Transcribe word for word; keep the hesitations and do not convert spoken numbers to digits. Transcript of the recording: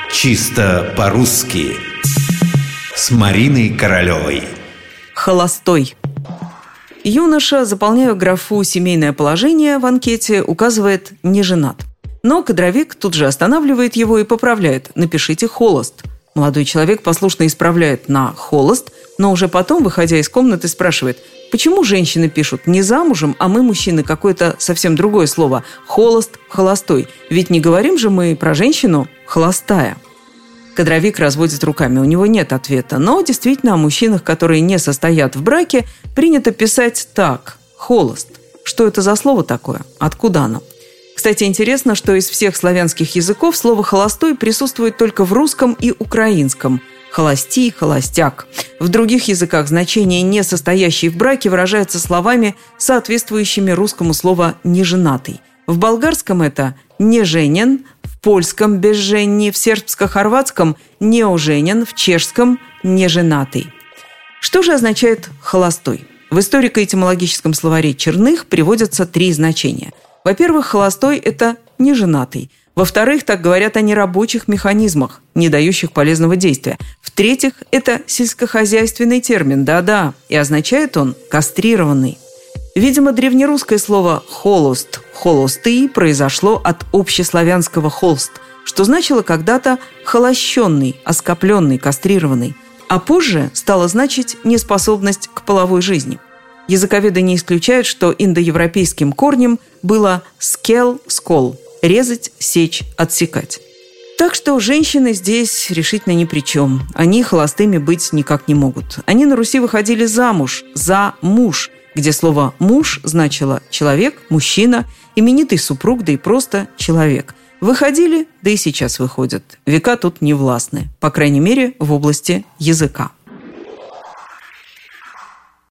Чисто по-русски с Мариной Королевой. Холостой. Юноша, заполняя графу «семейное положение» в анкете, указывает «не женат». Но кадровик тут же останавливает его и поправляет: напишите «холост». Молодой человек послушно исправляет на «холост», но уже потом, выходя из комнаты, спрашивает: почему женщины пишут не замужем, а мы, мужчины, какое-то совсем другое слово – холост, холостой? Ведь не говорим же мы про женщину холостая. Кадровик разводит руками, у него нет ответа. Но действительно о мужчинах, которые не состоят в браке, принято писать так – холост. Что это за слово такое? Откуда оно? Кстати, интересно, что из всех славянских языков слово «холостой» присутствует только в русском и украинском. Холости, холостяк. В других языках значение «не состоящий в браке» выражается словами, соответствующими русскому слову «неженатый». В болгарском это «неженен», в польском «безженни», в сербско-хорватском «неоженен», в чешском «неженатый». Что же означает «холостой»? В историко-этимологическом словаре Черных приводятся три значения. Во-первых, холостой – это неженатый. Во-вторых, так говорят о нерабочих механизмах, не дающих полезного действия. В-третьих, это сельскохозяйственный термин, да-да, и означает он «кастрированный». Видимо, древнерусское слово «холост», «холостый» произошло от общеславянского «холст», что значило когда-то «холощенный», «оскопленный», «кастрированный», а позже стало значить «неспособность к половой жизни». Языковеды не исключают, что индоевропейским корнем было «скел», «скол» – резать, сечь, отсекать. Так что женщины здесь решительно ни при чем. Они холостыми быть никак не могут. Они на Руси выходили замуж, за муж, где слово «муж» значило «человек», «мужчина», именитый супруг, да и просто «человек». Выходили, да и сейчас выходят. Века тут не властны, по крайней мере, в области языка.